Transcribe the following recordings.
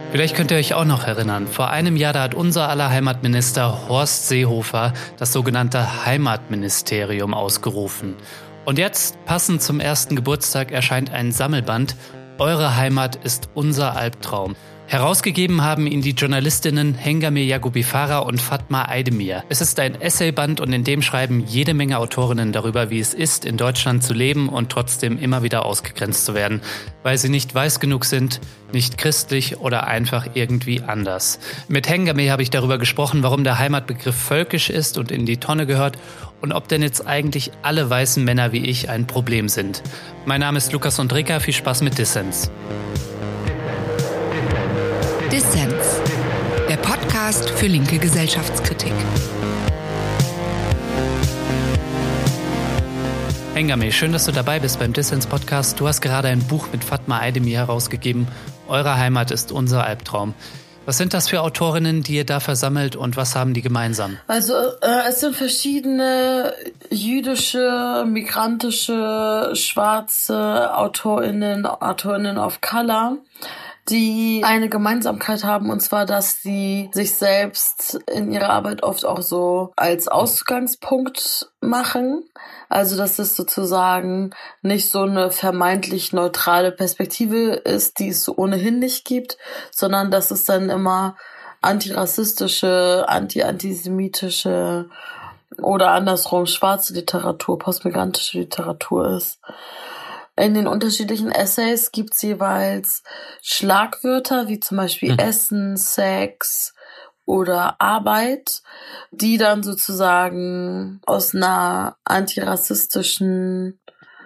Vielleicht könnt ihr euch auch noch erinnern, vor einem Jahr da hat unser aller Heimatminister Horst Seehofer das sogenannte Heimatministerium ausgerufen. Und jetzt, passend zum 1. Geburtstag, erscheint ein Sammelband »Eure Heimat ist unser Albtraum«. Herausgegeben haben ihn die Journalistinnen Hengame Yagubifara und Fatma Aydemir. Es ist ein Essayband und in dem schreiben jede Menge Autorinnen darüber, wie es ist, in Deutschland zu leben und trotzdem immer wieder ausgegrenzt zu werden, weil sie nicht weiß genug sind, nicht christlich oder einfach irgendwie anders. Mit Hengame habe ich darüber gesprochen, warum der Heimatbegriff völkisch ist und in die Tonne gehört und ob denn jetzt eigentlich alle weißen Männer wie ich ein Problem sind. Mein Name ist Lukas Undrika, viel Spaß mit Dissens. Dissens, der Podcast für linke Gesellschaftskritik. Hengame, schön, dass du dabei bist beim Dissens-Podcast. Du hast gerade ein Buch mit Fatma Aydemir herausgegeben. Eure Heimat ist unser Albtraum. Was sind das für Autorinnen, die ihr da versammelt und was haben die gemeinsam? Also es sind verschiedene jüdische, migrantische, schwarze Autorinnen of Color, die eine Gemeinsamkeit haben, und zwar, dass sie sich selbst in ihrer Arbeit oft auch so als Ausgangspunkt machen. Also, dass es sozusagen nicht so eine vermeintlich neutrale Perspektive ist, die es so ohnehin nicht gibt, sondern dass es dann immer antirassistische, antisemitische oder andersrum schwarze Literatur, postmigrantische Literatur ist. In den unterschiedlichen Essays gibt es jeweils Schlagwörter, wie zum Beispiel Essen, Sex oder Arbeit, die dann sozusagen aus einer antirassistischen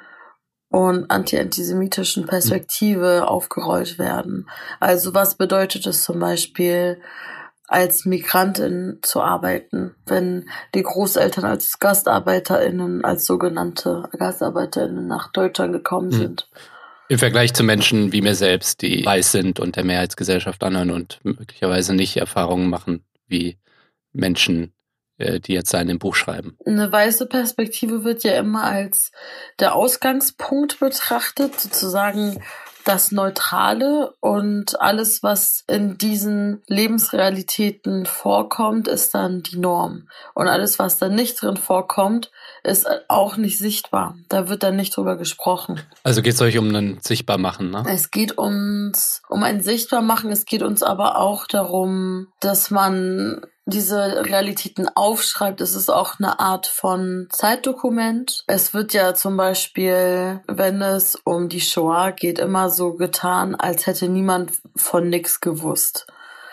und antisemitischen Perspektive aufgerollt werden. Also was bedeutet es zum Beispiel, als Migrantin zu arbeiten, wenn die Großeltern als GastarbeiterInnen, als sogenannte GastarbeiterInnen nach Deutschland gekommen sind. Im Vergleich zu Menschen wie mir selbst, die weiß sind und der Mehrheitsgesellschaft anhören und möglicherweise nicht Erfahrungen machen wie Menschen, die jetzt in dem Buch schreiben. Eine weiße Perspektive wird ja immer als der Ausgangspunkt betrachtet, sozusagen das Neutrale, und alles, was in diesen Lebensrealitäten vorkommt, ist dann die Norm. Und alles, was da nicht drin vorkommt, ist auch nicht sichtbar. Da wird dann nicht drüber gesprochen. Also geht es euch um ein Sichtbarmachen, ne? Es geht uns um ein Sichtbarmachen, es geht uns aber auch darum, dass man diese Realitäten aufschreibt. Es ist auch eine Art von Zeitdokument. Es wird ja zum Beispiel, wenn es um die Shoah geht, immer so getan, als hätte niemand von nichts gewusst.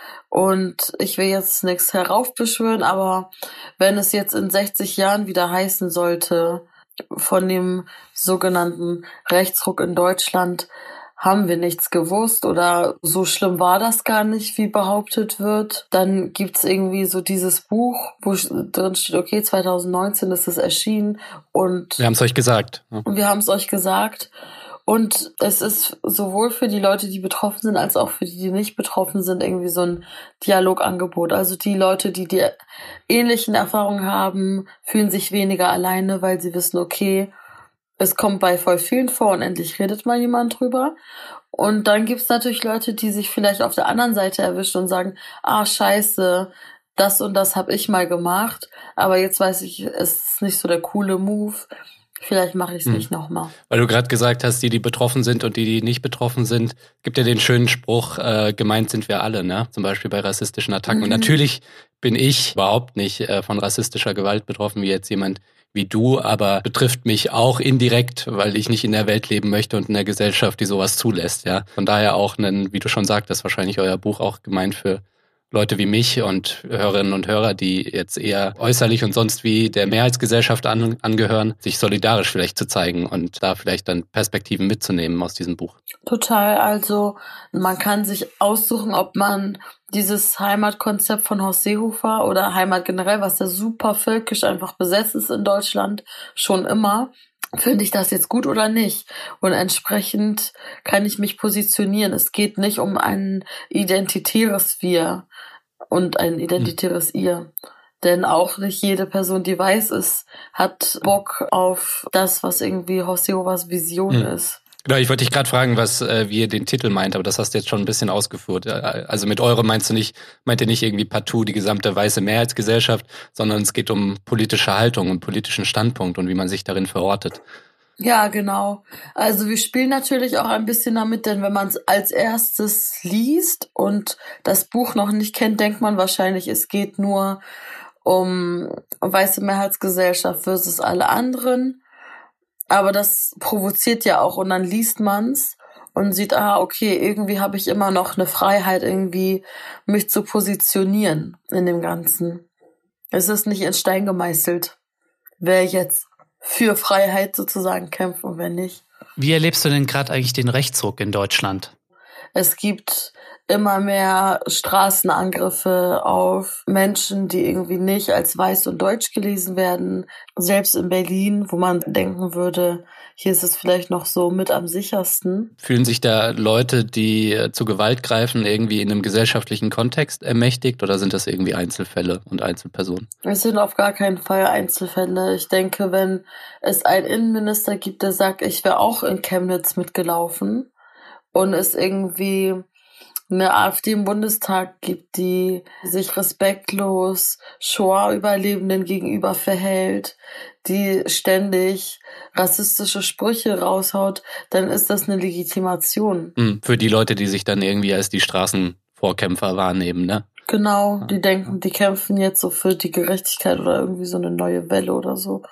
Und ich will jetzt nichts heraufbeschwören, aber wenn es jetzt in 60 Jahren wieder heißen sollte, von dem sogenannten Rechtsruck in Deutschland haben wir nichts gewusst oder so schlimm war das gar nicht, wie behauptet wird, dann gibt's irgendwie so dieses Buch, wo drin steht, okay, 2019 ist es erschienen und wir haben es euch gesagt. Ja. Wir haben es euch gesagt. Und es ist sowohl für die Leute, die betroffen sind, als auch für die, die nicht betroffen sind, irgendwie so ein Dialogangebot. Also die Leute, die ähnlichen Erfahrungen haben, fühlen sich weniger alleine, weil sie wissen, okay, es kommt bei voll vielen vor und endlich redet mal jemand drüber. Und dann gibt's natürlich Leute, die sich vielleicht auf der anderen Seite erwischen und sagen, scheiße, das und das habe ich mal gemacht, aber jetzt weiß ich, es ist nicht so der coole Move. Vielleicht mache ich es nicht nochmal. Weil du gerade gesagt hast, die betroffen sind und die nicht betroffen sind, gibt ja den schönen Spruch, gemeint sind wir alle, ne? Zum Beispiel bei rassistischen Attacken. Und natürlich bin ich überhaupt nicht von rassistischer Gewalt betroffen, wie jetzt jemand wie du, aber betrifft mich auch indirekt, weil ich nicht in der Welt leben möchte und in der Gesellschaft, die sowas zulässt, ja. Von daher auch wie du schon sagtest, wahrscheinlich euer Buch auch gemeint für Leute wie mich und Hörerinnen und Hörer, die jetzt eher äußerlich und sonst wie der Mehrheitsgesellschaft angehören, sich solidarisch vielleicht zu zeigen und da vielleicht dann Perspektiven mitzunehmen aus diesem Buch. Total, also man kann sich aussuchen, ob man dieses Heimatkonzept von Horst Seehofer oder Heimat generell, was ja super völkisch einfach besetzt ist in Deutschland, schon immer, finde ich das jetzt gut oder nicht? Und entsprechend kann ich mich positionieren. Es geht nicht um ein identitäres Wir und ein identitäres Ihr. Denn auch nicht jede Person, die weiß ist, hat Bock auf das, was irgendwie Horst Seehofers Vision ist. Genau, ich wollte dich gerade fragen, wie ihr den Titel meint, aber das hast du jetzt schon ein bisschen ausgeführt. Also mit eurem meint ihr nicht irgendwie partout die gesamte weiße Mehrheitsgesellschaft, sondern es geht um politische Haltung und politischen Standpunkt und wie man sich darin verortet. Ja, genau. Also wir spielen natürlich auch ein bisschen damit, denn wenn man es als erstes liest und das Buch noch nicht kennt, denkt man wahrscheinlich, es geht nur um weiße Mehrheitsgesellschaft versus alle anderen. Aber das provoziert ja auch und dann liest man's und sieht, okay, irgendwie habe ich immer noch eine Freiheit, irgendwie mich zu positionieren in dem Ganzen. Es ist nicht in Stein gemeißelt, wer jetzt für Freiheit sozusagen kämpft und wer nicht. Wie erlebst du denn gerade eigentlich den Rechtsruck in Deutschland? Es gibt immer mehr Straßenangriffe auf Menschen, die irgendwie nicht als weiß und deutsch gelesen werden. Selbst in Berlin, wo man denken würde, hier ist es vielleicht noch so mit am sichersten. Fühlen sich da Leute, die zu Gewalt greifen, irgendwie in einem gesellschaftlichen Kontext ermächtigt oder sind das irgendwie Einzelfälle und Einzelpersonen? Es sind auf gar keinen Fall Einzelfälle. Ich denke, wenn es einen Innenminister gibt, der sagt, ich wäre auch in Chemnitz mitgelaufen und es irgendwie eine AfD im Bundestag gibt, die sich respektlos Shoah-Überlebenden gegenüber verhält, die ständig rassistische Sprüche raushaut, dann ist das eine Legitimation. Für die Leute, die sich dann irgendwie als die Straßenvorkämpfer wahrnehmen, ne? Genau, die denken, die kämpfen jetzt so für die Gerechtigkeit oder irgendwie so eine neue Welle oder so.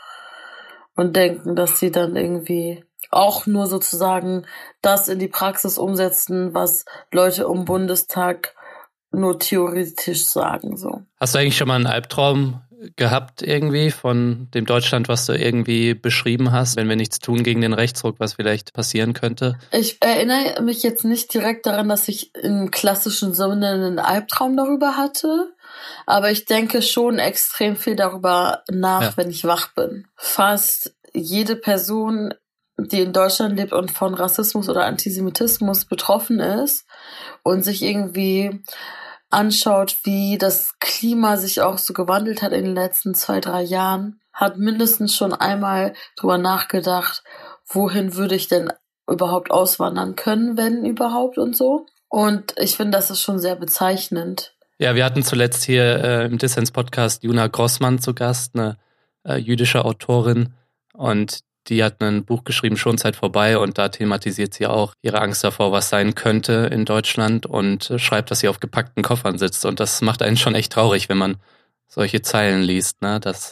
Und denken, dass sie dann irgendwie auch nur sozusagen das in die Praxis umsetzen, was Leute im Bundestag nur theoretisch sagen, so. Hast du eigentlich schon mal einen Albtraum gehabt irgendwie von dem Deutschland, was du irgendwie beschrieben hast, wenn wir nichts tun gegen den Rechtsruck, was vielleicht passieren könnte? Ich erinnere mich jetzt nicht direkt daran, dass ich im klassischen Sinne einen Albtraum darüber hatte, aber ich denke schon extrem viel darüber nach, wenn ich wach bin. Fast jede Person, die in Deutschland lebt und von Rassismus oder Antisemitismus betroffen ist und sich irgendwie anschaut, wie das Klima sich auch so gewandelt hat in den letzten 2-3 Jahren, hat mindestens schon einmal drüber nachgedacht, wohin würde ich denn überhaupt auswandern können, wenn überhaupt und so. Und ich finde, das ist schon sehr bezeichnend. Ja, wir hatten zuletzt hier im Dissens-Podcast Juna Grossmann zu Gast, eine jüdische Autorin, und die hat ein Buch geschrieben, Schonzeit vorbei, und da thematisiert sie auch ihre Angst davor, was sein könnte in Deutschland, und schreibt, dass sie auf gepackten Koffern sitzt. Und das macht einen schon echt traurig, wenn man solche Zeilen liest, ne? Dass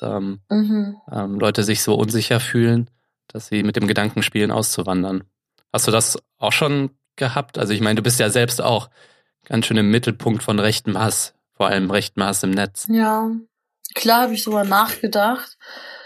Leute sich so unsicher fühlen, dass sie mit dem Gedanken spielen, auszuwandern. Hast du das auch schon gehabt? Also ich meine, du bist ja selbst auch ganz schön im Mittelpunkt von rechtem Hass, vor allem rechtem Hass im Netz. Ja, klar habe ich drüber nachgedacht.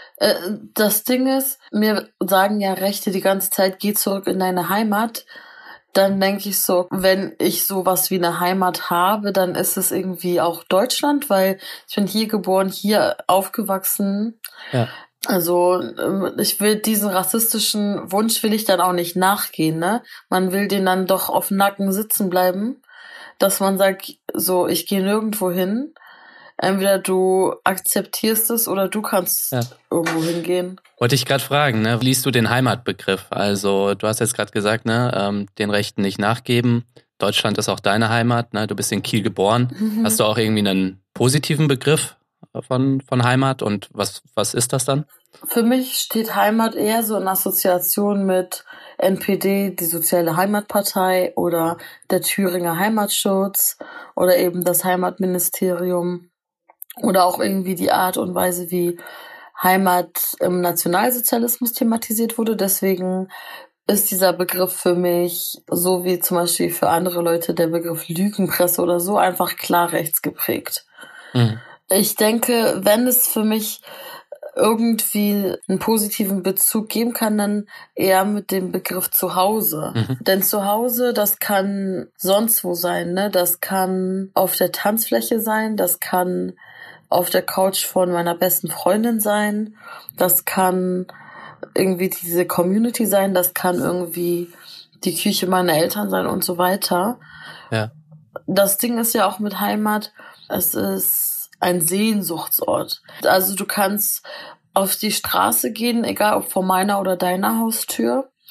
Das Ding ist, mir sagen ja Rechte die ganze Zeit, geh zurück in deine Heimat. Dann denke ich so, wenn ich sowas wie eine Heimat habe, dann ist es irgendwie auch Deutschland, weil ich bin hier geboren, hier aufgewachsen. Ja. Also ich will diesen rassistischen Wunsch will ich dann auch nicht nachgehen, ne? Man will den dann doch auf dem Nacken sitzen bleiben, dass man sagt, so, ich gehe nirgendwo hin. Entweder du akzeptierst es oder du kannst irgendwo hingehen. Wollte ich gerade fragen, ne? Liest du den Heimatbegriff? Also du hast jetzt gerade gesagt, ne, den Rechten nicht nachgeben. Deutschland ist auch deine Heimat, ne? Du bist in Kiel geboren. Mhm. Hast du auch irgendwie einen positiven Begriff von Heimat, und was ist das dann? Für mich steht Heimat eher so in Assoziation mit NPD, die Soziale Heimatpartei, oder der Thüringer Heimatschutz oder eben das Heimatministerium. Oder auch irgendwie die Art und Weise, wie Heimat im Nationalsozialismus thematisiert wurde. Deswegen ist dieser Begriff für mich, so wie zum Beispiel für andere Leute der Begriff Lügenpresse oder so, einfach klar rechts geprägt. Mhm. Ich denke, wenn es für mich irgendwie einen positiven Bezug geben kann, dann eher mit dem Begriff Zuhause. Mhm. Denn Zuhause, das kann sonst wo sein, ne? Das kann auf der Tanzfläche sein, das kann auf der Couch von meiner besten Freundin sein, das kann irgendwie diese Community sein, das kann irgendwie die Küche meiner Eltern sein und so weiter. Ja. Das Ding ist ja auch mit Heimat, es ist ein Sehnsuchtsort. Also du kannst auf die Straße gehen, egal ob vor meiner oder deiner Haustür,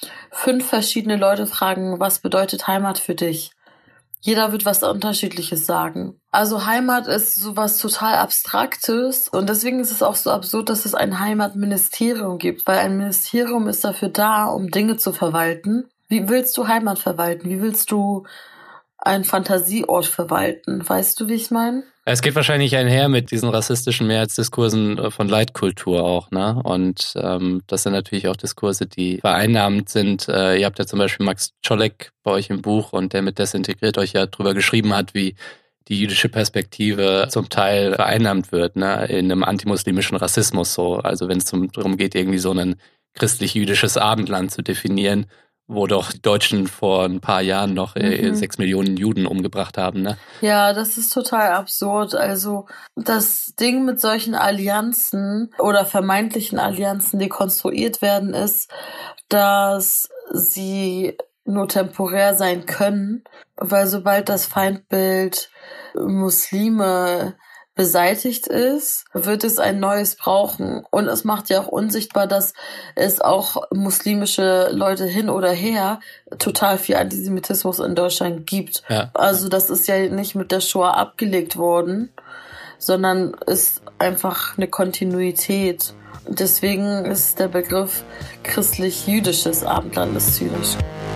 5 verschiedene Leute fragen, was bedeutet Heimat für dich? Jeder wird was Unterschiedliches sagen. Also Heimat ist sowas total Abstraktes und deswegen ist es auch so absurd, dass es ein Heimatministerium gibt, weil ein Ministerium ist dafür da, um Dinge zu verwalten. Wie willst du Heimat verwalten? Wie willst du einen Fantasieort verwalten? Weißt du, wie ich meine? Es geht wahrscheinlich einher mit diesen rassistischen Mehrheitsdiskursen von Leitkultur auch, ne? Und das sind natürlich auch Diskurse, die vereinnahmend sind. Ihr habt ja zum Beispiel Max Czolek bei euch im Buch und der mit Desintegriert euch ja drüber geschrieben hat, wie die jüdische Perspektive zum Teil vereinnahmt wird, ne? In einem antimuslimischen Rassismus so. Also wenn es darum geht, irgendwie so ein christlich-jüdisches Abendland zu definieren, wo doch die Deutschen vor ein paar Jahren noch 6 Millionen Juden umgebracht haben, ne? Ja, das ist total absurd. Also das Ding mit solchen Allianzen oder vermeintlichen Allianzen, die konstruiert werden, ist, dass sie nur temporär sein können, weil sobald das Feindbild Muslime beseitigt ist, wird es ein neues brauchen. Und es macht ja auch unsichtbar, dass es auch muslimische Leute hin oder her total viel Antisemitismus in Deutschland gibt. Ja. Also das ist ja nicht mit der Shoah abgelegt worden, sondern ist einfach eine Kontinuität. Deswegen ist der Begriff christlich-jüdisches Abendland zynisch.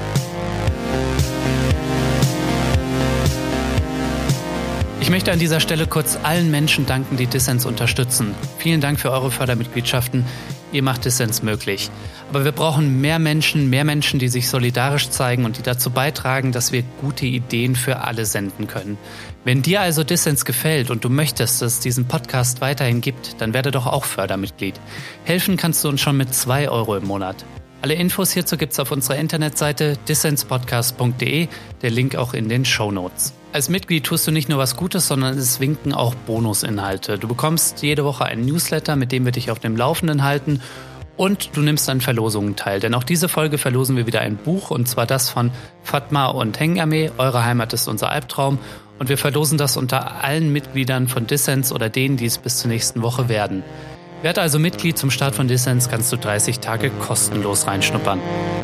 Ich möchte an dieser Stelle kurz allen Menschen danken, die Dissens unterstützen. Vielen Dank für eure Fördermitgliedschaften. Ihr macht Dissens möglich. Aber wir brauchen mehr Menschen, die sich solidarisch zeigen und die dazu beitragen, dass wir gute Ideen für alle senden können. Wenn dir also Dissens gefällt und du möchtest, dass es diesen Podcast weiterhin gibt, dann werde doch auch Fördermitglied. Helfen kannst du uns schon mit 2 € im Monat. Alle Infos hierzu gibt's auf unserer Internetseite dissenspodcast.de, der Link auch in den Shownotes. Als Mitglied tust du nicht nur was Gutes, sondern es winken auch Bonusinhalte. Du bekommst jede Woche einen Newsletter, mit dem wir dich auf dem Laufenden halten und du nimmst an Verlosungen teil. Denn auch diese Folge verlosen wir wieder ein Buch und zwar das von Fatma und Hengame, Eure Heimat ist unser Albtraum. Und wir verlosen das unter allen Mitgliedern von Dissens oder denen, die es bis zur nächsten Woche werden. Werde also Mitglied. Zum Start von Dissens kannst du 30 Tage kostenlos reinschnuppern.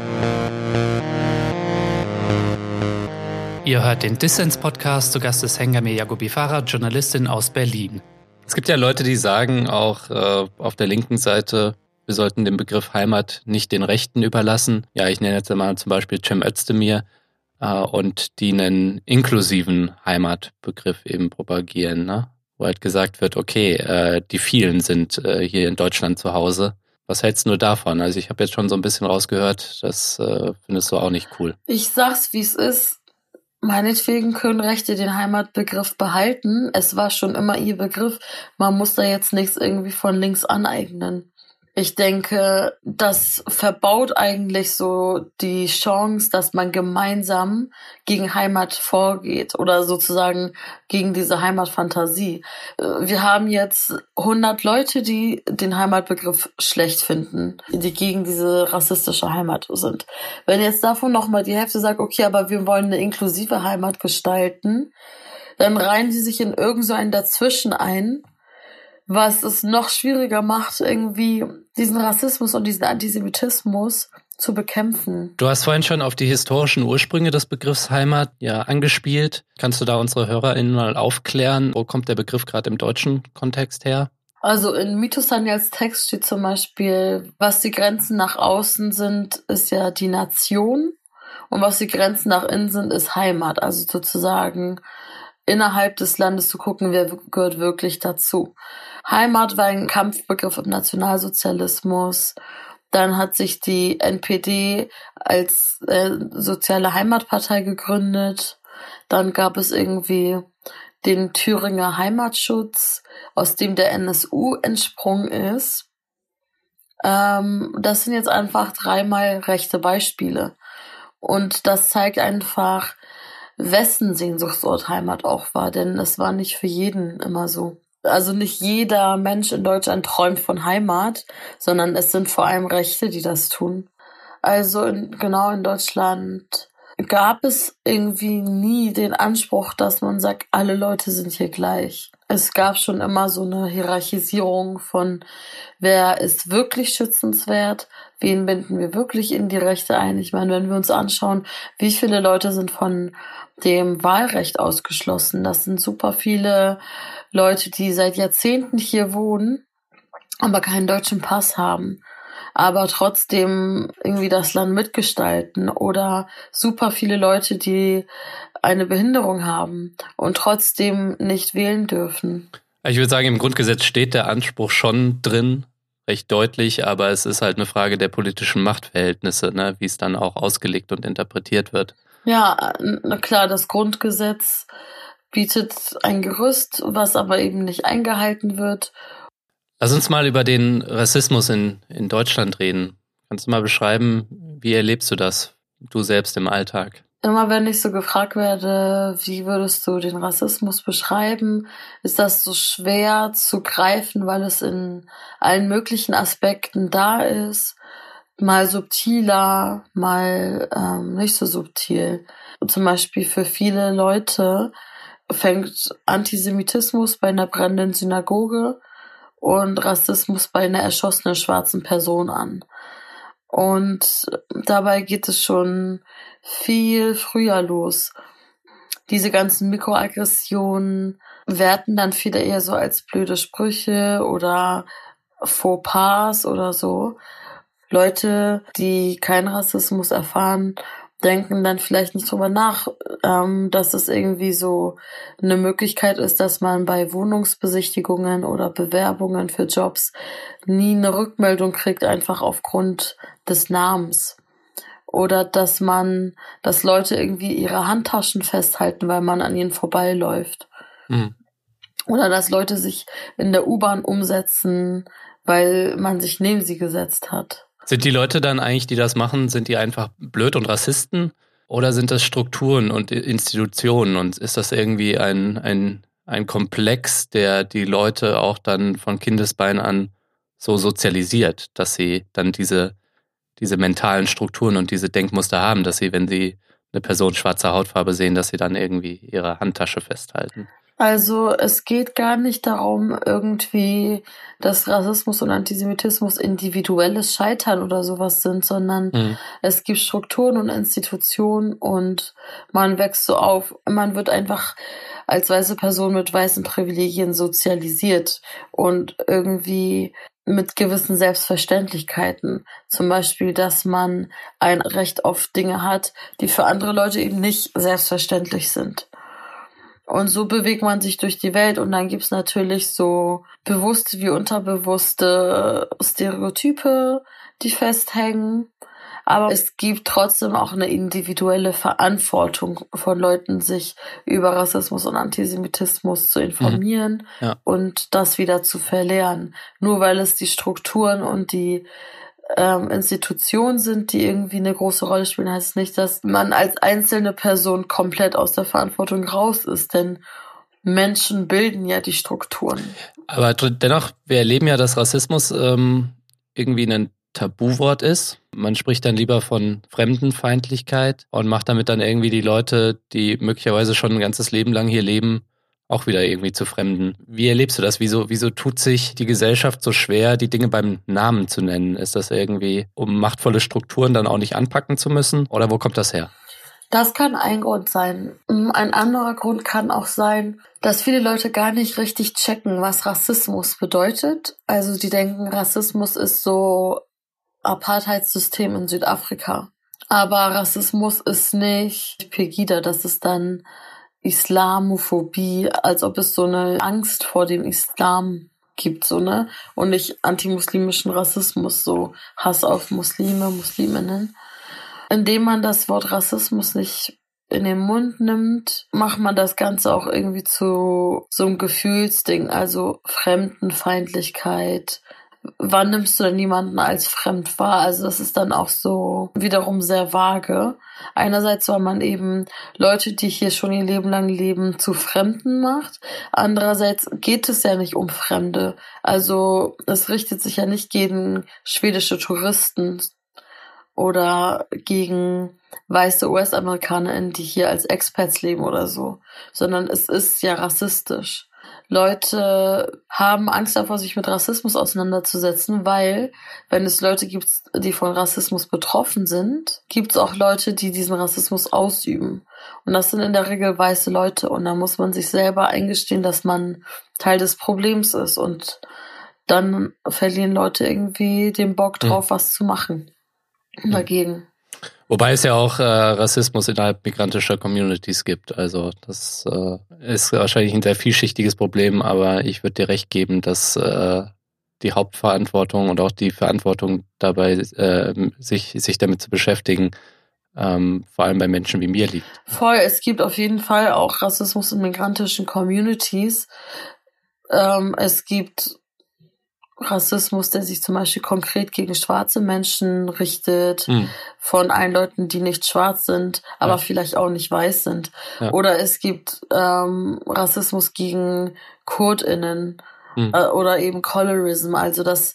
Ihr hört den Dissens-Podcast. Zu Gast ist Hengame Yaghoubi Farah, Journalistin aus Berlin. Es gibt ja Leute, die sagen, auch auf der linken Seite, wir sollten den Begriff Heimat nicht den Rechten überlassen. Ja, ich nenne jetzt mal zum Beispiel Cem Özdemir und die einen inklusiven Heimatbegriff eben propagieren, ne? Wo halt gesagt wird, okay, die vielen sind hier in Deutschland zu Hause. Was hältst du davon? Also ich habe jetzt schon so ein bisschen rausgehört, das findest du auch nicht cool. Ich sag's, wie es ist. Meinetwegen können Rechte den Heimatbegriff behalten. Es war schon immer ihr Begriff. Man muss da jetzt nichts irgendwie von links aneignen. Ich denke, das verbaut eigentlich so die Chance, dass man gemeinsam gegen Heimat vorgeht oder sozusagen gegen diese Heimatfantasie. Wir haben jetzt 100 Leute, die den Heimatbegriff schlecht finden, die gegen diese rassistische Heimat sind. Wenn jetzt davon nochmal die Hälfte sagt, okay, aber wir wollen eine inklusive Heimat gestalten, dann reihen die sich in irgend so ein Dazwischen ein, was es noch schwieriger macht, irgendwie diesen Rassismus und diesen Antisemitismus zu bekämpfen. Du hast vorhin schon auf die historischen Ursprünge des Begriffs Heimat angespielt. Kannst du da unsere HörerInnen mal aufklären? Wo kommt der Begriff gerade im deutschen Kontext her? Also in Mythos Daniels Text steht zum Beispiel, was die Grenzen nach außen sind, ist ja die Nation. Und was die Grenzen nach innen sind, ist Heimat. Also sozusagen innerhalb des Landes zu gucken, wer gehört wirklich dazu. Heimat war ein Kampfbegriff im Nationalsozialismus. Dann hat sich die NPD als soziale Heimatpartei gegründet. Dann gab es irgendwie den Thüringer Heimatschutz, aus dem der NSU entsprungen ist. Das sind jetzt einfach 3-mal rechte Beispiele. Und das zeigt einfach, wessen Sehnsuchtsort Heimat auch war, denn es war nicht für jeden immer so. Also nicht jeder Mensch in Deutschland träumt von Heimat, sondern es sind vor allem Rechte, die das tun. Also in Deutschland gab es irgendwie nie den Anspruch, dass man sagt, alle Leute sind hier gleich. Es gab schon immer so eine Hierarchisierung von, wer ist wirklich schützenswert, wen binden wir wirklich in die Rechte ein. Ich meine, wenn wir uns anschauen, wie viele Leute sind von dem Wahlrecht ausgeschlossen. Das sind super viele Leute, die seit Jahrzehnten hier wohnen, aber keinen deutschen Pass haben, aber trotzdem irgendwie das Land mitgestalten, oder super viele Leute, die eine Behinderung haben und trotzdem nicht wählen dürfen. Ich würde sagen, im Grundgesetz steht der Anspruch schon drin, recht deutlich, aber es ist halt eine Frage der politischen Machtverhältnisse, ne, wie es dann auch ausgelegt und interpretiert wird. Ja, na klar, das Grundgesetz bietet ein Gerüst, was aber eben nicht eingehalten wird. Lass uns mal über den Rassismus in Deutschland reden. Kannst du mal beschreiben, wie erlebst du das, du selbst im Alltag? Immer wenn ich so gefragt werde, wie würdest du den Rassismus beschreiben, ist das so schwer zu greifen, weil es in allen möglichen Aspekten da ist. Mal subtiler, mal nicht so subtil. Zum Beispiel für viele Leute fängt Antisemitismus bei einer brennenden Synagoge und Rassismus bei einer erschossenen schwarzen Person an. Und dabei geht es schon viel früher los. Diese ganzen Mikroaggressionen werden dann viele eher so als blöde Sprüche oder Fauxpas oder so. Leute, die keinen Rassismus erfahren, denken dann vielleicht nicht drüber nach, dass es irgendwie so eine Möglichkeit ist, dass man bei Wohnungsbesichtigungen oder Bewerbungen für Jobs nie eine Rückmeldung kriegt, einfach aufgrund des Namens. Oder dass Leute irgendwie ihre Handtaschen festhalten, weil man an ihnen vorbeiläuft. Mhm. Oder dass Leute sich in der U-Bahn umsetzen, weil man sich neben sie gesetzt hat. Sind die Leute dann eigentlich, die das machen, sind die einfach blöd und Rassisten? Oder sind das Strukturen und Institutionen? Und ist das irgendwie ein Komplex, der die Leute auch dann von Kindesbein an so sozialisiert, dass sie dann diese mentalen Strukturen und diese Denkmuster haben, dass sie, wenn sie eine Person schwarzer Hautfarbe sehen, dass sie dann irgendwie ihre Handtasche festhalten? Also es geht gar nicht darum, irgendwie, dass Rassismus und Antisemitismus individuelles Scheitern oder sowas sind, sondern es gibt Strukturen und Institutionen und man wächst so auf. Man wird einfach als weiße Person mit weißen Privilegien sozialisiert und irgendwie mit gewissen Selbstverständlichkeiten. Zum Beispiel, dass man ein Recht auf Dinge hat, die für andere Leute eben nicht selbstverständlich sind. Und so bewegt man sich durch die Welt und dann gibt's natürlich so bewusste wie unterbewusste Stereotype, die festhängen. Aber es gibt trotzdem auch eine individuelle Verantwortung von Leuten, sich über Rassismus und Antisemitismus zu informieren und das wieder zu verlernen. Nur weil es die Strukturen und die Institutionen sind, die irgendwie eine große Rolle spielen, heißt es nicht, dass man als einzelne Person komplett aus der Verantwortung raus ist, denn Menschen bilden ja die Strukturen. Aber dennoch, wir erleben ja, dass Rassismus irgendwie ein Tabuwort ist. Man spricht dann lieber von Fremdenfeindlichkeit und macht damit dann irgendwie die Leute, die möglicherweise schon ein ganzes Leben lang hier leben, auch wieder irgendwie zu Fremden. Wie erlebst du das? Wieso tut sich die Gesellschaft so schwer, die Dinge beim Namen zu nennen? Ist das irgendwie, um machtvolle Strukturen dann auch nicht anpacken zu müssen? Oder wo kommt das her? Das kann ein Grund sein. Ein anderer Grund kann auch sein, dass viele Leute gar nicht richtig checken, was Rassismus bedeutet. Also die denken, Rassismus ist so Apartheidssystem in Südafrika. Aber Rassismus ist nicht Pegida, das ist dann Islamophobie, als ob es so eine Angst vor dem Islam gibt, so, ne? Und nicht antimuslimischen Rassismus, so Hass auf Muslime, Musliminnen. Indem man das Wort Rassismus nicht in den Mund nimmt, macht man das Ganze auch irgendwie zu so einem Gefühlsding, also Fremdenfeindlichkeit. Wann nimmst du denn jemanden als fremd wahr? Also das ist dann auch so wiederum sehr vage. Einerseits, weil man eben Leute, die hier schon ihr Leben lang leben, zu Fremden macht. Andererseits geht es ja nicht um Fremde. Also es richtet sich ja nicht gegen schwedische Touristen oder gegen weiße US-AmerikanerInnen, die hier als Expats leben oder so, sondern es ist ja rassistisch. Leute haben Angst davor, sich mit Rassismus auseinanderzusetzen, weil, wenn es Leute gibt, die von Rassismus betroffen sind, gibt es auch Leute, die diesen Rassismus ausüben. Und das sind in der Regel weiße Leute. Und da muss man sich selber eingestehen, dass man Teil des Problems ist. Und dann verlieren Leute irgendwie den Bock drauf, was zu machen dagegen. Wobei es ja auch Rassismus innerhalb migrantischer Communities gibt. Also das ist wahrscheinlich ein sehr vielschichtiges Problem, aber ich würde dir recht geben, dass die Hauptverantwortung und auch die Verantwortung dabei, sich damit zu beschäftigen, vor allem bei Menschen wie mir liegt. Voll, es gibt auf jeden Fall auch Rassismus in migrantischen Communities. Es gibt Rassismus, der sich zum Beispiel konkret gegen schwarze Menschen richtet, von allen Leuten, die nicht schwarz sind, aber vielleicht auch nicht weiß sind. Ja. Oder es gibt Rassismus gegen KurdInnen oder eben Colorism, also dass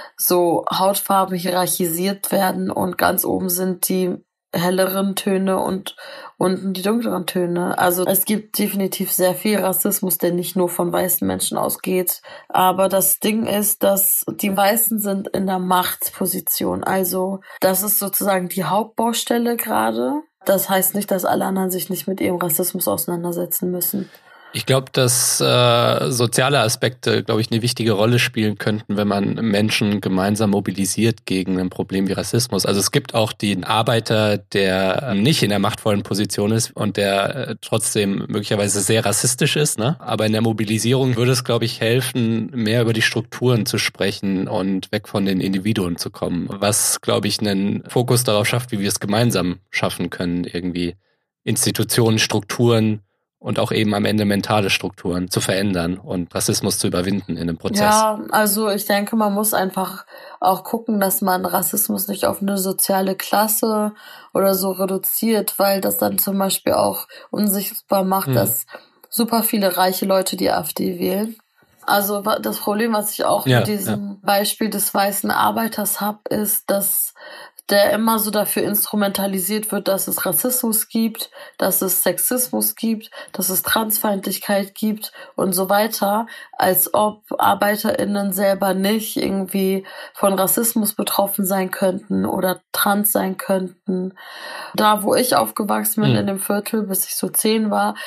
so Hautfarben hierarchisiert werden und ganz oben sind die helleren Töne und unten die dunkleren Töne. Also es gibt definitiv sehr viel Rassismus, der nicht nur von weißen Menschen ausgeht. Aber das Ding ist, dass die Weißen sind in der Machtposition. Also das ist sozusagen die Hauptbaustelle gerade. Das heißt nicht, dass alle anderen sich nicht mit ihrem Rassismus auseinandersetzen müssen. Ich glaube, dass soziale Aspekte, glaube ich, eine wichtige Rolle spielen könnten, wenn man Menschen gemeinsam mobilisiert gegen ein Problem wie Rassismus. Also es gibt auch den Arbeiter, der nicht in der machtvollen Position ist und der trotzdem möglicherweise sehr rassistisch ist, ne? Aber in der Mobilisierung würde es, glaube ich, helfen, mehr über die Strukturen zu sprechen und weg von den Individuen zu kommen. Was, glaube ich, einen Fokus darauf schafft, wie wir es gemeinsam schaffen können, irgendwie Institutionen, Strukturen und auch eben am Ende mentale Strukturen zu verändern und Rassismus zu überwinden in dem Prozess. Ja, also ich denke, man muss einfach auch gucken, dass man Rassismus nicht auf eine soziale Klasse oder so reduziert, weil das dann zum Beispiel auch unsichtbar macht, dass super viele reiche Leute die AfD wählen. Also das Problem, was ich auch mit diesem Beispiel des weißen Arbeiters habe, ist, dass der immer so dafür instrumentalisiert wird, dass es Rassismus gibt, dass es Sexismus gibt, dass es Transfeindlichkeit gibt und so weiter, als ob ArbeiterInnen selber nicht irgendwie von Rassismus betroffen sein könnten oder trans sein könnten. Da, wo ich aufgewachsen bin, in dem Viertel, bis ich so 10 war,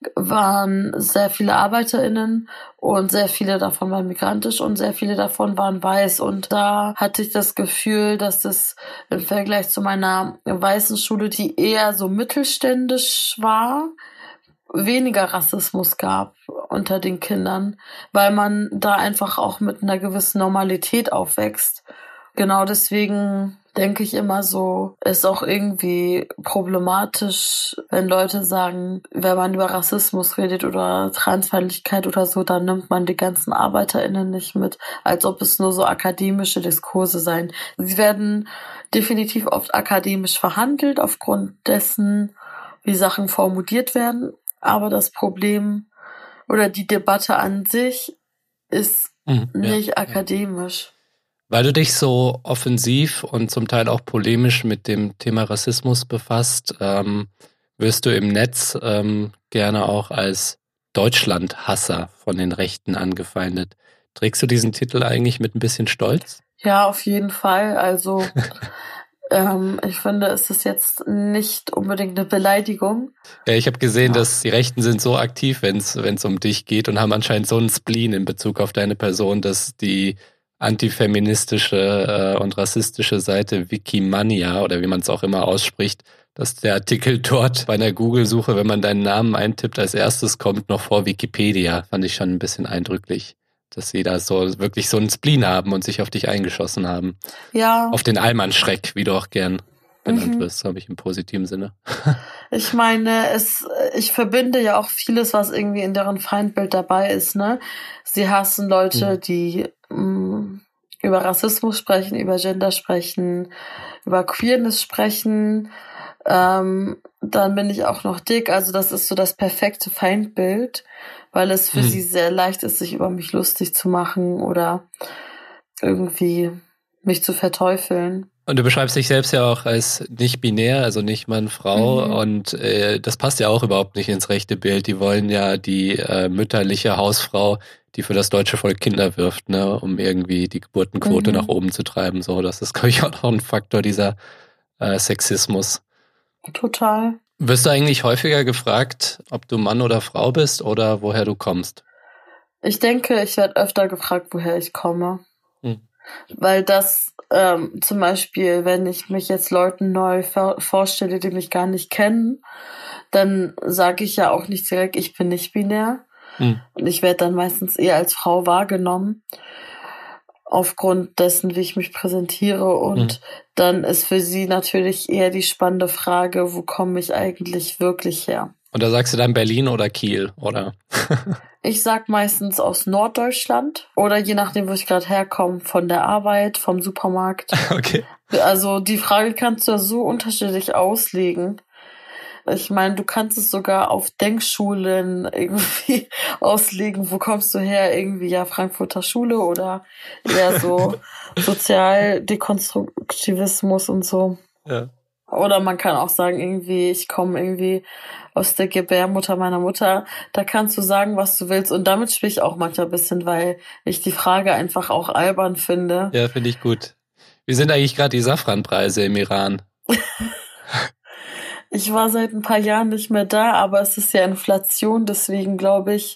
waren sehr viele ArbeiterInnen und sehr viele davon waren migrantisch und sehr viele davon waren weiß. Und da hatte ich das Gefühl, dass es im Vergleich zu meiner weißen Schule, die eher so mittelständisch war, weniger Rassismus gab unter den Kindern, weil man da einfach auch mit einer gewissen Normalität aufwächst. Genau deswegen denke ich immer so, ist auch irgendwie problematisch, wenn Leute sagen, wenn man über Rassismus redet oder Transfeindlichkeit oder so, dann nimmt man die ganzen ArbeiterInnen nicht mit, als ob es nur so akademische Diskurse seien. Sie werden definitiv oft akademisch verhandelt, aufgrund dessen, wie Sachen formuliert werden, aber das Problem oder die Debatte an sich ist nicht akademisch. Weil du dich so offensiv und zum Teil auch polemisch mit dem Thema Rassismus befasst, wirst du im Netz gerne auch als Deutschlandhasser von den Rechten angefeindet. Trägst du diesen Titel eigentlich mit ein bisschen Stolz? Ja, auf jeden Fall. Also ich finde, es ist jetzt nicht unbedingt eine Beleidigung. Ja, ich habe gesehen, dass die Rechten sind so aktiv, wenn es um dich geht und haben anscheinend so einen Spleen in Bezug auf deine Person, dass die antifeministische und rassistische Seite Wikimania oder wie man es auch immer ausspricht, dass der Artikel dort bei einer Google-Suche, wenn man deinen Namen eintippt, als erstes kommt noch vor Wikipedia. Fand ich schon ein bisschen eindrücklich, dass sie da so wirklich so einen Spleen haben und sich auf dich eingeschossen haben. Ja. Auf den Allmann-Schreck, wie du auch gern benannt wirst, habe ich im positiven Sinne. Ich meine, ich verbinde ja auch vieles, was irgendwie in deren Feindbild dabei ist, ne? Sie hassen Leute, die über Rassismus sprechen, über Gender sprechen, über Queerness sprechen. Dann bin ich auch noch dick. Also das ist so das perfekte Feindbild, weil es für sie sehr leicht ist, sich über mich lustig zu machen oder irgendwie mich zu verteufeln. Und du beschreibst dich selbst ja auch als nicht binär, also nicht Mann, Frau. Und das passt ja auch überhaupt nicht ins rechte Bild. Die wollen ja die mütterliche Hausfrau, die für das deutsche Volk Kinder wirft, ne, um irgendwie die Geburtenquote nach oben zu treiben. So, das ist, glaube ich, auch noch ein Faktor dieser Sexismus. Total. Wirst du eigentlich häufiger gefragt, ob du Mann oder Frau bist oder woher du kommst? Ich denke, ich werde öfter gefragt, woher ich komme. Weil das zum Beispiel, wenn ich mich jetzt Leuten neu vorstelle, die mich gar nicht kennen, dann sage ich ja auch nicht direkt, ich bin nicht binär. Und ich werde dann meistens eher als Frau wahrgenommen, aufgrund dessen, wie ich mich präsentiere. Und dann ist für sie natürlich eher die spannende Frage, wo komme ich eigentlich wirklich her? Und da sagst du dann Berlin oder Kiel, oder? Ich sag meistens aus Norddeutschland oder je nachdem, wo ich gerade herkomme, von der Arbeit, vom Supermarkt. Okay. Also die Frage kannst du ja so unterschiedlich auslegen. Ich meine, du kannst es sogar auf Denkschulen irgendwie auslegen. Wo kommst du her? Irgendwie ja Frankfurter Schule oder eher so Sozialdekonstruktivismus und so. Ja. Oder man kann auch sagen, irgendwie, ich komme irgendwie aus der Gebärmutter meiner Mutter. Da kannst du sagen, was du willst. Und damit spiele ich auch manchmal ein bisschen, weil ich die Frage einfach auch albern finde. Ja, finde ich gut. Wie sind eigentlich gerade die Safranpreise im Iran? Ich war seit ein paar Jahren nicht mehr da, aber es ist ja Inflation. Deswegen glaube ich,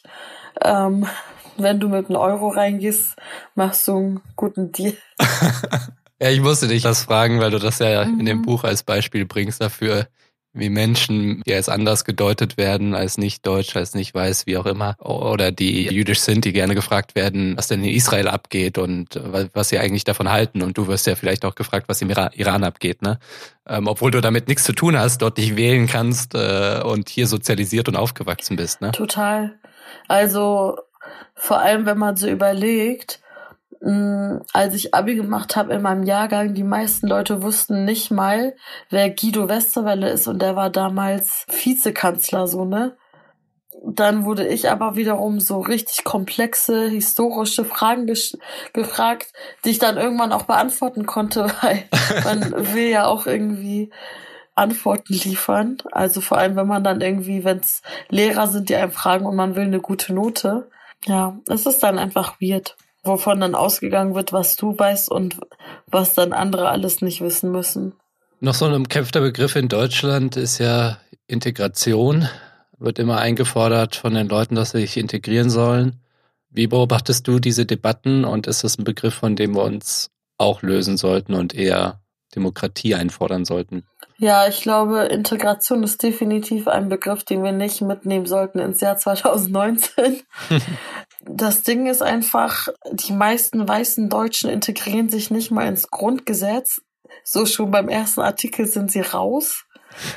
wenn du mit einem Euro reingehst, machst du einen guten Deal. Ja, ich musste dich das fragen, weil du das ja in dem Buch als Beispiel bringst dafür, wie Menschen, die als anders gedeutet werden, als nicht deutsch, als nicht weiß, wie auch immer, oder die jüdisch sind, die gerne gefragt werden, was denn in Israel abgeht und was sie eigentlich davon halten. Und du wirst ja vielleicht auch gefragt, was im Iran abgeht, ne? Obwohl du damit nichts zu tun hast, dort nicht wählen kannst und hier sozialisiert und aufgewachsen bist, ne? Total. Also vor allem, wenn man so überlegt, als ich Abi gemacht habe in meinem Jahrgang, die meisten Leute wussten nicht mal, wer Guido Westerwelle ist und der war damals Vizekanzler, so, ne? Dann wurde ich aber wiederum so richtig komplexe, historische Fragen gefragt, die ich dann irgendwann auch beantworten konnte, weil man will ja auch irgendwie Antworten liefern. Also vor allem, wenn man dann irgendwie, wenn es Lehrer sind, die einem fragen und man will eine gute Note. Ja, es ist dann einfach weird, wovon dann ausgegangen wird, was du weißt und was dann andere alles nicht wissen müssen. Noch so ein umkämpfter Begriff in Deutschland ist ja Integration. Wird immer eingefordert von den Leuten, dass sie sich integrieren sollen. Wie beobachtest du diese Debatten und ist das ein Begriff, von dem wir uns auch lösen sollten und eher Demokratie einfordern sollten? Ja, ich glaube, Integration ist definitiv ein Begriff, den wir nicht mitnehmen sollten ins Jahr 2019. Das Ding ist einfach, die meisten weißen Deutschen integrieren sich nicht mal ins Grundgesetz. So schon beim ersten Artikel sind sie raus.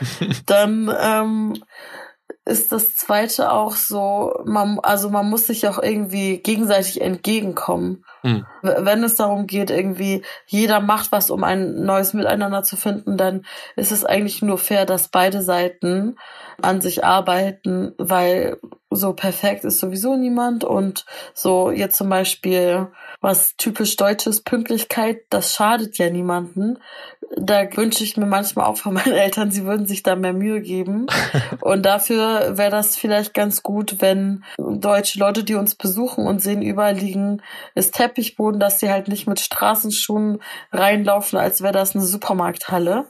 Dann ist das Zweite auch so, man muss sich auch irgendwie gegenseitig entgegenkommen. Wenn es darum geht, irgendwie jeder macht was, um ein neues Miteinander zu finden, dann ist es eigentlich nur fair, dass beide Seiten an sich arbeiten, weil so perfekt ist sowieso niemand und so jetzt zum Beispiel was typisch Deutsches, Pünktlichkeit, das schadet ja niemanden. Da wünsche ich mir manchmal auch von meinen Eltern, sie würden sich da mehr Mühe geben. Und dafür wäre das vielleicht ganz gut, wenn deutsche Leute, die uns besuchen und sehen, überall liegen, ist Teppichboden, dass sie halt nicht mit Straßenschuhen reinlaufen, als wäre das eine Supermarkthalle.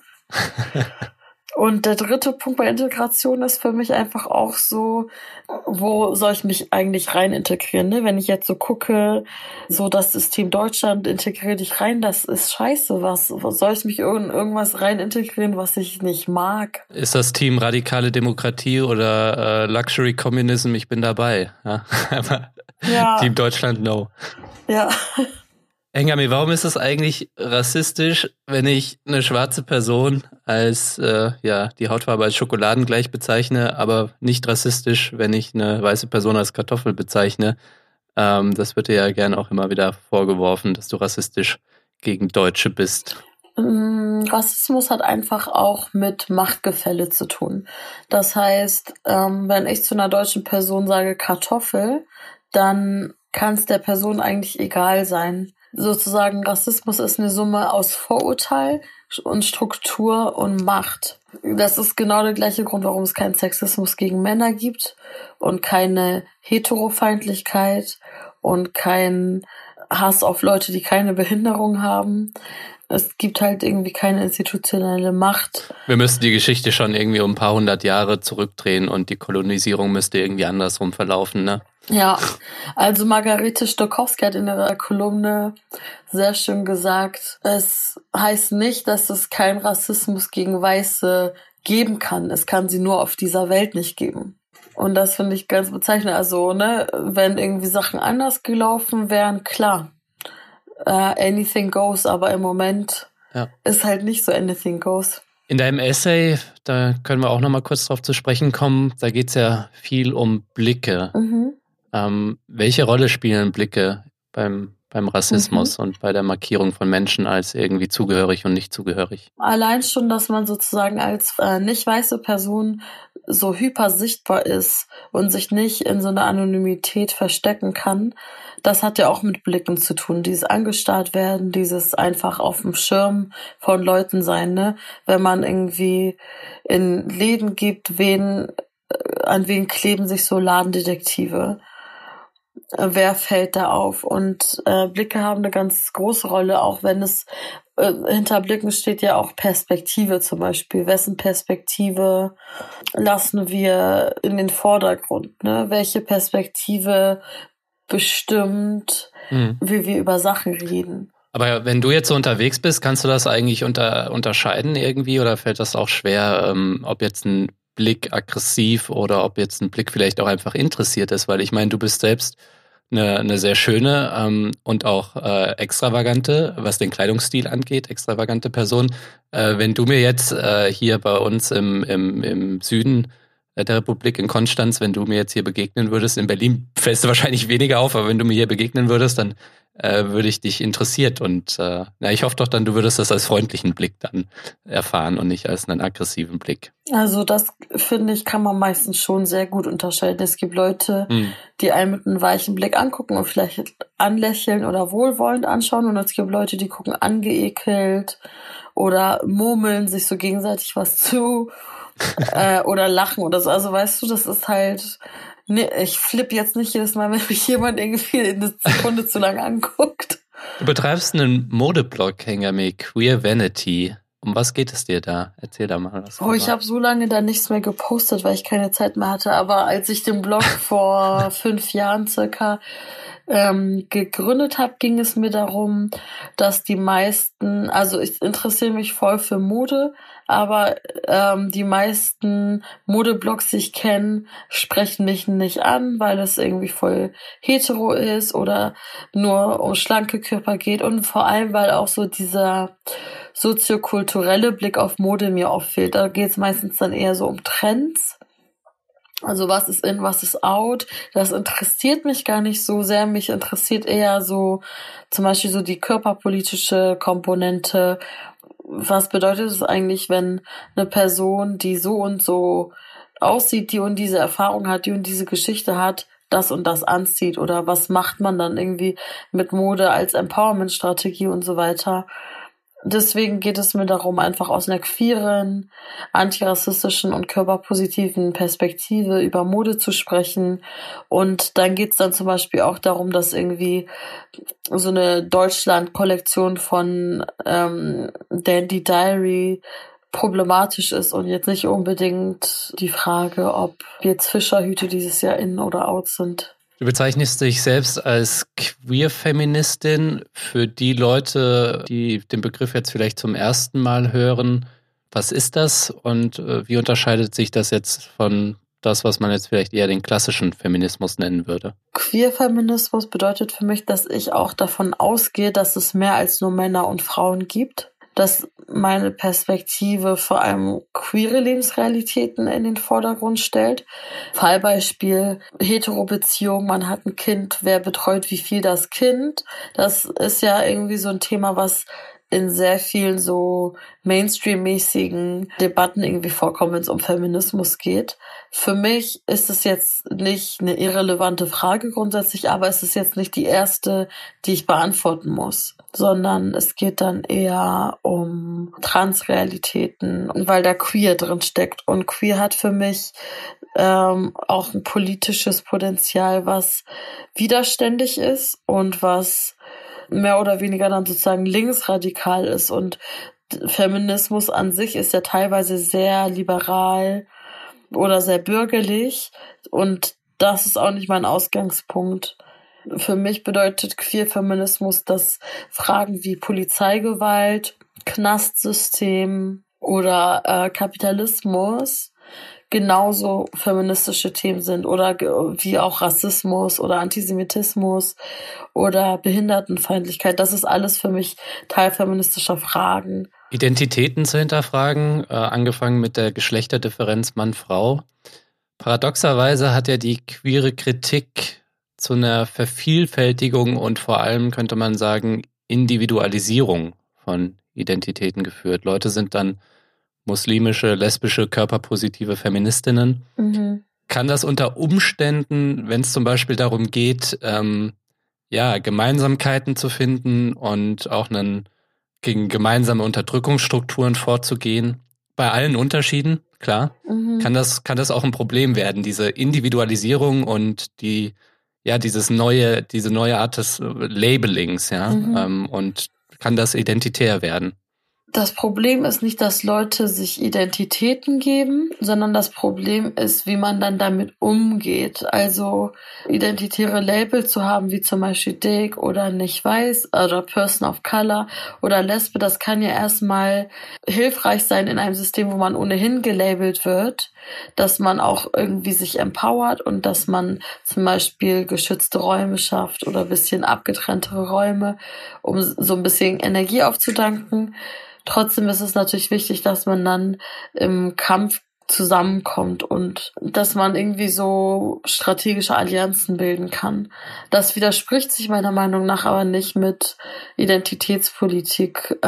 Und der dritte Punkt bei Integration ist für mich einfach auch so, wo soll ich mich eigentlich rein integrieren? Ne? Wenn ich jetzt so gucke, so das System Deutschland, integriere dich rein, das ist scheiße. Was soll ich mich in irgendwas rein integrieren, was ich nicht mag? Ist das Team radikale Demokratie oder Luxury Communism? Ich bin dabei. Ja? Aber ja. Team Deutschland, no. Ja. Engami, warum ist es eigentlich rassistisch, wenn ich eine schwarze Person als, die Hautfarbe als Schokoladengleich bezeichne, aber nicht rassistisch, wenn ich eine weiße Person als Kartoffel bezeichne? Das wird dir ja gerne auch immer wieder vorgeworfen, dass du rassistisch gegen Deutsche bist. Rassismus hat einfach auch mit Machtgefälle zu tun. Das heißt, wenn ich zu einer deutschen Person sage Kartoffel, dann kann es der Person eigentlich egal sein, sozusagen Rassismus ist eine Summe aus Vorurteil und Struktur und Macht. Das ist genau der gleiche Grund, warum es keinen Sexismus gegen Männer gibt und keine Heterofeindlichkeit und keinen Hass auf Leute, die keine Behinderung haben. Es gibt halt irgendwie keine institutionelle Macht. Wir müssten die Geschichte schon irgendwie um ein paar hundert Jahre zurückdrehen und die Kolonisierung müsste irgendwie andersrum verlaufen, ne? Ja, also Margarete Stokowski hat in ihrer Kolumne sehr schön gesagt, es heißt nicht, dass es keinen Rassismus gegen Weiße geben kann. Es kann sie nur auf dieser Welt nicht geben. Und das finde ich ganz bezeichnend. Also, ne, wenn irgendwie Sachen anders gelaufen wären, klar. Anything goes, aber im Moment ist halt nicht so anything goes. In deinem Essay, da können wir auch noch mal kurz drauf zu sprechen kommen, da geht es ja viel um Blicke. Welche Rolle spielen Blicke beim Rassismus und bei der Markierung von Menschen als irgendwie zugehörig und nicht zugehörig? Allein schon, dass man sozusagen als nicht weiße Person so hyper sichtbar ist und sich nicht in so einer Anonymität verstecken kann, das hat ja auch mit Blicken zu tun. Dieses angestarrt werden, dieses einfach auf dem Schirm von Leuten sein, ne? Wenn man irgendwie in Läden gibt, an wen kleben sich so Ladendetektive? Wer fällt da auf? Und Blicke haben eine ganz große Rolle, auch wenn es hinter Blicken steht ja auch Perspektive zum Beispiel. Wessen Perspektive lassen wir in den Vordergrund? Ne? Welche Perspektive bestimmt, wie wir über Sachen reden? Aber wenn du jetzt so unterwegs bist, kannst du das eigentlich unterscheiden irgendwie oder fällt das auch schwer, ob jetzt ein Blick aggressiv oder ob jetzt ein Blick vielleicht auch einfach interessiert ist? Weil ich meine, du bist selbst eine sehr schöne und auch extravagante, was den Kleidungsstil angeht, extravagante Person. Wenn du mir jetzt hier bei uns im Süden der Republik in Konstanz, wenn du mir jetzt hier begegnen würdest, in Berlin fällst du wahrscheinlich weniger auf, aber wenn du mir hier begegnen würdest, dann würde ich dich interessiert und ich hoffe doch dann, du würdest das als freundlichen Blick dann erfahren und nicht als einen aggressiven Blick. Also das, finde ich, kann man meistens schon sehr gut unterscheiden. Es gibt Leute, die einen mit einem weichen Blick angucken und vielleicht anlächeln oder wohlwollend anschauen und es gibt Leute, die gucken angeekelt oder murmeln sich so gegenseitig was zu oder lachen oder so. Also weißt du, das ist halt... Nee, ich flippe jetzt nicht jedes Mal, wenn mich jemand irgendwie eine Sekunde zu lang anguckt. Du betreibst einen Modeblog, Hengame, Queer Vanity. Um was geht es dir da? Erzähl da mal was. Ich habe so lange da nichts mehr gepostet, weil ich keine Zeit mehr hatte. Aber als ich den Blog vor 5 Jahren circa gegründet habe, ging es mir darum, dass die meisten, also ich interessiere mich voll für Mode, aber die meisten Modeblogs, die ich kenne, sprechen mich nicht an, weil es irgendwie voll hetero ist oder nur um schlanke Körper geht und vor allem, weil auch so dieser soziokulturelle Blick auf Mode mir auffällt. Da geht es meistens dann eher so um Trends. Also was ist in, was ist out, das interessiert mich gar nicht so sehr. Mich interessiert eher so zum Beispiel so die körperpolitische Komponente. Was bedeutet es eigentlich, wenn eine Person, die so und so aussieht, die und diese Erfahrung hat, die und diese Geschichte hat, das und das anzieht? Oder was macht man dann irgendwie mit Mode als Empowerment-Strategie und so weiter? Deswegen geht es mir darum, einfach aus einer queeren, antirassistischen und körperpositiven Perspektive über Mode zu sprechen. Und dann geht es dann zum Beispiel auch darum, dass irgendwie so eine Deutschland-Kollektion von Dandy Diary problematisch ist und jetzt nicht unbedingt die Frage, ob jetzt Fischerhüte dieses Jahr in oder out sind. Du bezeichnest dich selbst als Queer-Feministin. Für die Leute, die den Begriff jetzt vielleicht zum ersten Mal hören, was ist das und wie unterscheidet sich das jetzt von das, was man jetzt vielleicht eher den klassischen Feminismus nennen würde? Queer-Feminismus bedeutet für mich, dass ich auch davon ausgehe, dass es mehr als nur Männer und Frauen gibt. Dass meine Perspektive vor allem queere Lebensrealitäten in den Vordergrund stellt. Fallbeispiel, Hetero-Beziehung, man hat ein Kind, wer betreut wie viel das Kind? Das ist ja irgendwie so ein Thema, was in sehr vielen so Mainstream-mäßigen Debatten irgendwie vorkommen, wenn es um Feminismus geht. Für mich ist es jetzt nicht eine irrelevante Frage grundsätzlich, aber es ist jetzt nicht die erste, die ich beantworten muss, sondern es geht dann eher um Transrealitäten, weil da Queer drin steckt. Und Queer hat für mich auch ein politisches Potenzial, was widerständig ist und was mehr oder weniger dann sozusagen linksradikal ist. Und Feminismus an sich ist ja teilweise sehr liberal oder sehr bürgerlich. Und das ist auch nicht mein Ausgangspunkt. Für mich bedeutet Queer-Feminismus, dass Fragen wie Polizeigewalt, Knastsystem oder Kapitalismus genauso feministische Themen sind oder wie auch Rassismus oder Antisemitismus oder Behindertenfeindlichkeit. Das ist alles für mich Teil feministischer Fragen. Identitäten zu hinterfragen, angefangen mit der Geschlechterdifferenz Mann-Frau. Paradoxerweise hat ja die queere Kritik zu einer Vervielfältigung und vor allem, könnte man sagen, Individualisierung von Identitäten geführt. Leute sind dann muslimische, lesbische, körperpositive Feministinnen. Mhm. Kann das unter Umständen, wenn es zum Beispiel darum geht, Gemeinsamkeiten zu finden und auch gegen gemeinsame Unterdrückungsstrukturen vorzugehen, bei allen Unterschieden, klar, kann das auch ein Problem werden, diese Individualisierung und diese neue Art des Labelings, und kann das identitär werden. Das Problem ist nicht, dass Leute sich Identitäten geben, sondern das Problem ist, wie man dann damit umgeht. Also identitäre Label zu haben, wie zum Beispiel Dick oder nicht weiß oder Person of Color oder Lesbe, das kann ja erstmal hilfreich sein in einem System, wo man ohnehin gelabelt wird, dass man auch irgendwie sich empowert und dass man zum Beispiel geschützte Räume schafft oder ein bisschen abgetrenntere Räume, um so ein bisschen Energie aufzutanken. Trotzdem ist es natürlich wichtig, dass man dann im Kampf zusammenkommt und dass man irgendwie so strategische Allianzen bilden kann. Das widerspricht sich meiner Meinung nach aber nicht mit Identitätspolitik.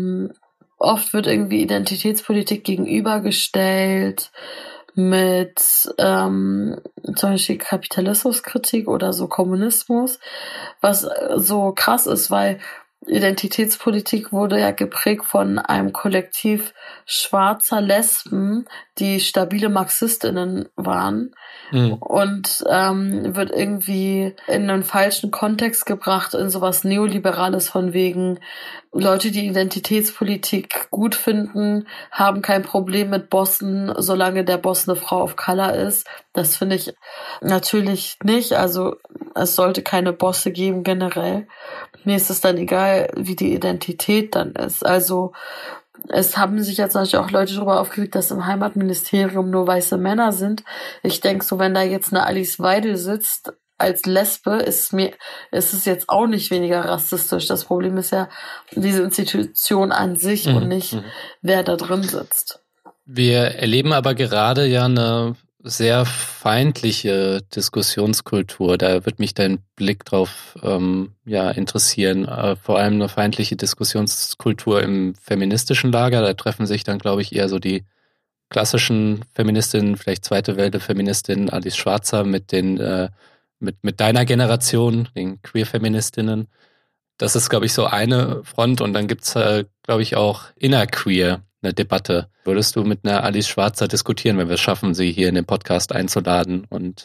Oft wird irgendwie Identitätspolitik gegenübergestellt mit zum Beispiel Kapitalismuskritik oder so Kommunismus, was so krass ist, weil Identitätspolitik wurde ja geprägt von einem Kollektiv schwarzer Lesben, die stabile MarxistInnen waren und wird irgendwie in einen falschen Kontext gebracht, in sowas Neoliberales von wegen Leute, die Identitätspolitik gut finden, haben kein Problem mit Bossen, solange der Boss eine Frau of Color ist. Das finde ich natürlich nicht. Also es sollte keine Bosse geben generell. Mir ist es dann egal, wie die Identität dann ist. Also es haben sich jetzt natürlich auch Leute darüber aufgeregt, dass im Heimatministerium nur weiße Männer sind. Ich denke so, wenn da jetzt eine Alice Weidel sitzt als Lesbe, ist es jetzt auch nicht weniger rassistisch. Das Problem ist ja diese Institution an sich und nicht, wer da drin sitzt. Wir erleben aber gerade ja eine sehr feindliche Diskussionskultur. Da wird mich dein Blick drauf interessieren. Vor allem eine feindliche Diskussionskultur im feministischen Lager. Da treffen sich dann, glaube ich, eher so die klassischen Feministinnen, vielleicht zweite Welle Feministinnen, Alice Schwarzer mit den mit deiner Generation, den Queer-Feministinnen. Das ist, glaube ich, so eine Front. Und dann gibt's, glaube ich, auch innerqueer eine Debatte. Würdest du mit einer Alice Schwarzer diskutieren, wenn wir es schaffen, sie hier in den Podcast einzuladen?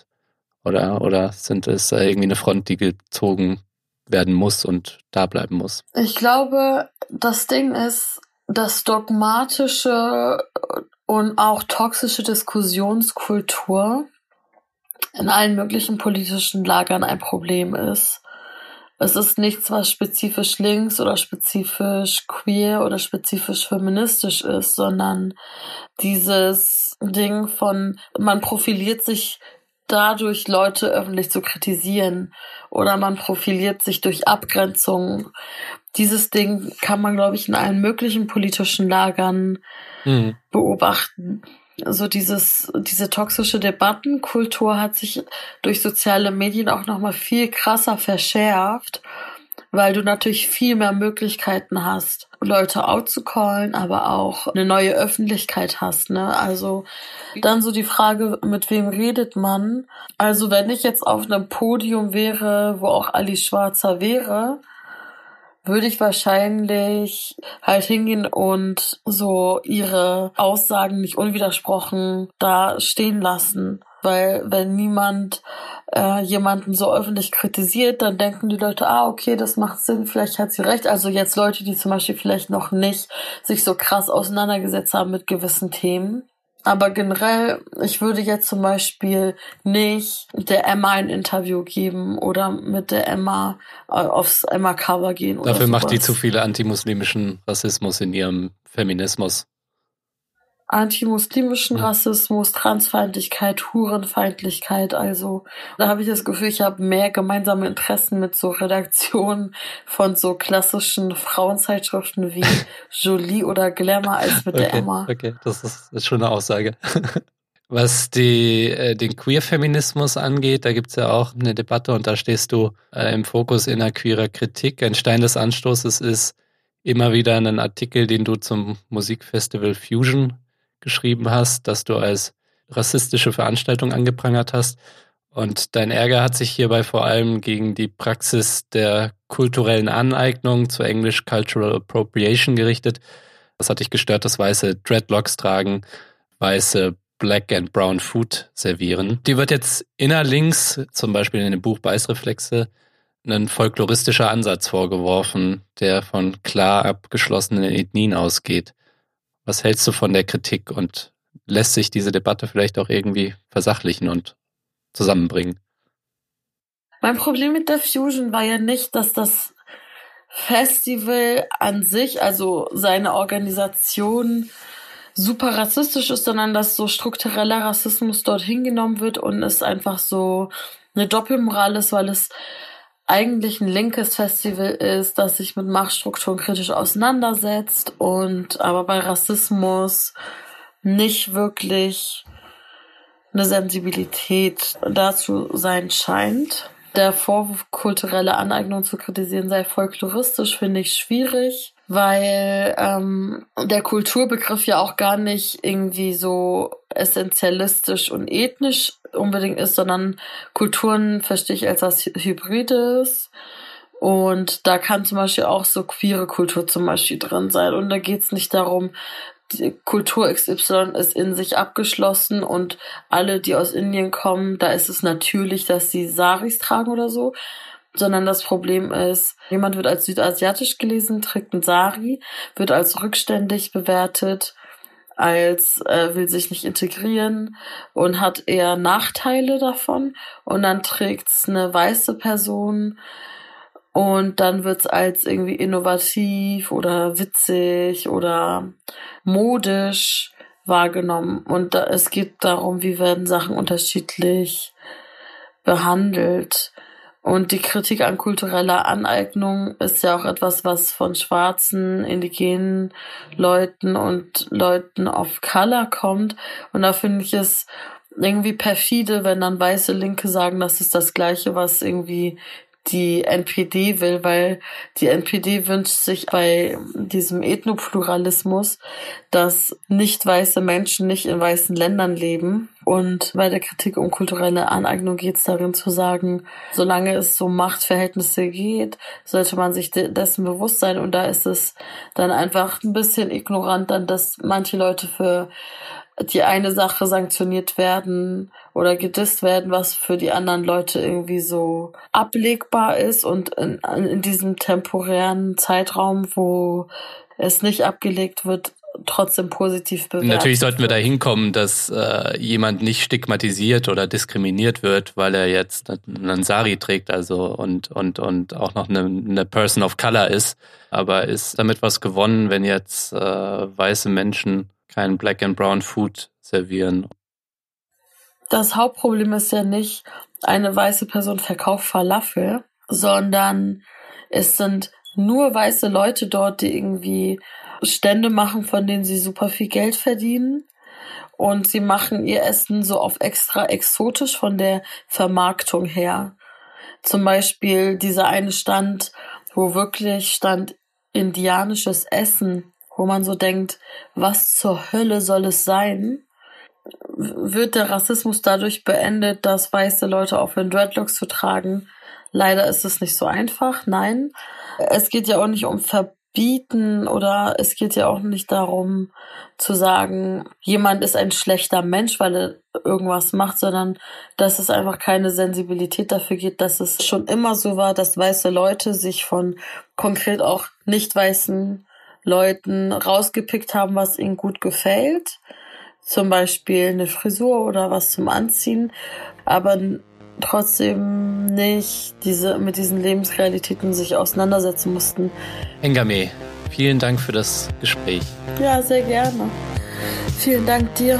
Oder sind es irgendwie eine Front, die gezogen werden muss und da bleiben muss? Ich glaube, das Ding ist, dass dogmatische und auch toxische Diskussionskultur in allen möglichen politischen Lagern ein Problem ist. Es ist nichts, was spezifisch links oder spezifisch queer oder spezifisch feministisch ist, sondern dieses Ding von, man profiliert sich dadurch, Leute öffentlich zu kritisieren oder man profiliert sich durch Abgrenzung. Dieses Ding kann man, glaube ich, in allen möglichen politischen Lagern beobachten. Also diese toxische Debattenkultur hat sich durch soziale Medien auch nochmal viel krasser verschärft, weil du natürlich viel mehr Möglichkeiten hast, Leute out zu callen, aber auch eine neue Öffentlichkeit hast, ne? Also dann so die Frage, mit wem redet man? Also wenn ich jetzt auf einem Podium wäre, wo auch Alice Schwarzer wäre, würde ich wahrscheinlich halt hingehen und so ihre Aussagen nicht unwidersprochen da stehen lassen. Weil wenn niemand jemanden so öffentlich kritisiert, dann denken die Leute, okay, das macht Sinn, vielleicht hat sie recht. Also jetzt Leute, die zum Beispiel vielleicht noch nicht sich so krass auseinandergesetzt haben mit gewissen Themen. Aber generell, ich würde jetzt zum Beispiel nicht der Emma ein Interview geben oder mit der Emma aufs Emma-Cover gehen. Oder Dafür sowas. macht die zu viele antimuslimischen Rassismus in ihrem Feminismus. Antimuslimischen Rassismus, Transfeindlichkeit, Hurenfeindlichkeit, also da habe ich das Gefühl, ich habe mehr gemeinsame Interessen mit so Redaktionen von so klassischen Frauenzeitschriften wie Jolie oder Glamour als mit der Emma. Okay, das ist schon eine Aussage. Was den Queer-Feminismus angeht, da gibt's ja auch eine Debatte und da stehst du im Fokus in einer queerer Kritik. Ein Stein des Anstoßes ist immer wieder ein Artikel, den du zum Musikfestival Fusion geschrieben hast, dass du als rassistische Veranstaltung angeprangert hast. Und dein Ärger hat sich hierbei vor allem gegen die Praxis der kulturellen Aneignung, zu Englisch Cultural Appropriation, gerichtet. Das hat dich gestört, dass Weiße Dreadlocks tragen, Weiße Black and Brown Food servieren. Die wird jetzt innerlinks, zum Beispiel in dem Buch Beißreflexe, ein folkloristischer Ansatz vorgeworfen, der von klar abgeschlossenen Ethnien ausgeht. Was hältst du von der Kritik und lässt sich diese Debatte vielleicht auch irgendwie versachlichen und zusammenbringen? Mein Problem mit der Fusion war ja nicht, dass das Festival an sich, also seine Organisation, super rassistisch ist, sondern dass so struktureller Rassismus dort hingenommen wird und es einfach so eine Doppelmoral ist, weil es eigentlich ein linkes Festival ist, das sich mit Machtstrukturen kritisch auseinandersetzt und aber bei Rassismus nicht wirklich eine Sensibilität dazu sein scheint. Der Vorwurf, kulturelle Aneignung zu kritisieren, sei folkloristisch, finde ich schwierig, weil der Kulturbegriff ja auch gar nicht irgendwie so essentialistisch und ethnisch unbedingt ist, sondern Kulturen verstehe ich als was Hybrides. Und da kann zum Beispiel auch so queere Kultur zum Beispiel drin sein. Und da geht es nicht darum, die Kultur XY ist in sich abgeschlossen und alle, die aus Indien kommen, da ist es natürlich, dass sie Saris tragen oder so. Sondern das Problem ist, jemand wird als südasiatisch gelesen, trägt ein Sari, wird als rückständig bewertet, als will sich nicht integrieren und hat eher Nachteile davon. Und dann trägt's eine weiße Person und dann wird's als irgendwie innovativ oder witzig oder modisch wahrgenommen. Und es geht darum, wie werden Sachen unterschiedlich behandelt. Und die Kritik an kultureller Aneignung ist ja auch etwas, was von schwarzen, indigenen Leuten und Leuten of Color kommt. Und da finde ich es irgendwie perfide, wenn dann weiße Linke sagen, das ist das Gleiche, was irgendwie die NPD will, weil die NPD wünscht sich bei diesem Ethnopluralismus, dass nicht weiße Menschen nicht in weißen Ländern leben. Und bei der Kritik um kulturelle Aneignung geht es darin zu sagen, solange es um Machtverhältnisse geht, sollte man sich dessen bewusst sein. Und da ist es dann einfach ein bisschen ignorant, dann, dass manche Leute für die eine Sache sanktioniert werden oder gedisst werden, was für die anderen Leute irgendwie so ablegbar ist und in diesem temporären Zeitraum, wo es nicht abgelegt wird, trotzdem positiv bewertet. Natürlich sollten wir da hinkommen, dass jemand nicht stigmatisiert oder diskriminiert wird, weil er jetzt einen Sari trägt, also und auch noch eine Person of Color ist. Aber ist damit was gewonnen, wenn jetzt weiße Menschen kein Black and Brown Food servieren? Das Hauptproblem ist ja nicht, eine weiße Person verkauft Falafel, sondern es sind nur weiße Leute dort, die irgendwie Stände machen, von denen sie super viel Geld verdienen. Und sie machen ihr Essen so auf extra exotisch von der Vermarktung her. Zum Beispiel dieser eine Stand wo wirklich stand indianisches Essen, wo man so denkt, was zur Hölle soll es sein? Wird der Rassismus dadurch beendet, dass weiße Leute aufhören, Dreadlocks zu tragen? Leider ist es nicht so einfach, nein. Es geht ja auch nicht um Verbieten oder es geht ja auch nicht darum zu sagen, jemand ist ein schlechter Mensch, weil er irgendwas macht, sondern dass es einfach keine Sensibilität dafür gibt, dass es schon immer so war, dass weiße Leute sich von konkret auch nicht weißen Leuten rausgepickt haben, was ihnen gut gefällt. Zum Beispiel eine Frisur oder was zum Anziehen, aber trotzdem nicht mit diesen Lebensrealitäten sich auseinandersetzen mussten. Ngame, vielen Dank für das Gespräch. Ja, sehr gerne. Vielen Dank dir.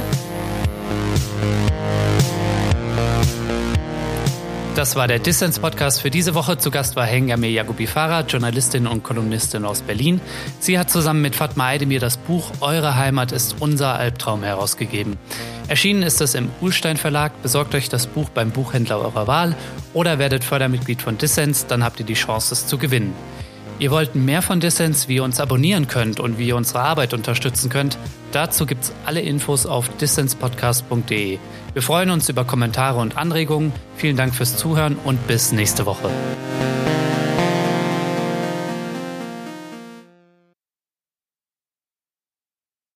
Das war der Dissens-Podcast für diese Woche. Zu Gast war Ngame Yaghoubi Farah, Journalistin und Kolumnistin aus Berlin. Sie hat zusammen mit Fatma Aydemir das Buch Eure Heimat ist unser Albtraum herausgegeben. Erschienen ist es im Ullstein Verlag. Besorgt euch das Buch beim Buchhändler eurer Wahl oder werdet Fördermitglied von Dissens, dann habt ihr die Chance, es zu gewinnen. Ihr wollt mehr von Dissens, wie ihr uns abonnieren könnt und wie ihr unsere Arbeit unterstützen könnt? Dazu gibt's alle Infos auf dissenspodcast.de. Wir freuen uns über Kommentare und Anregungen. Vielen Dank fürs Zuhören und bis nächste Woche.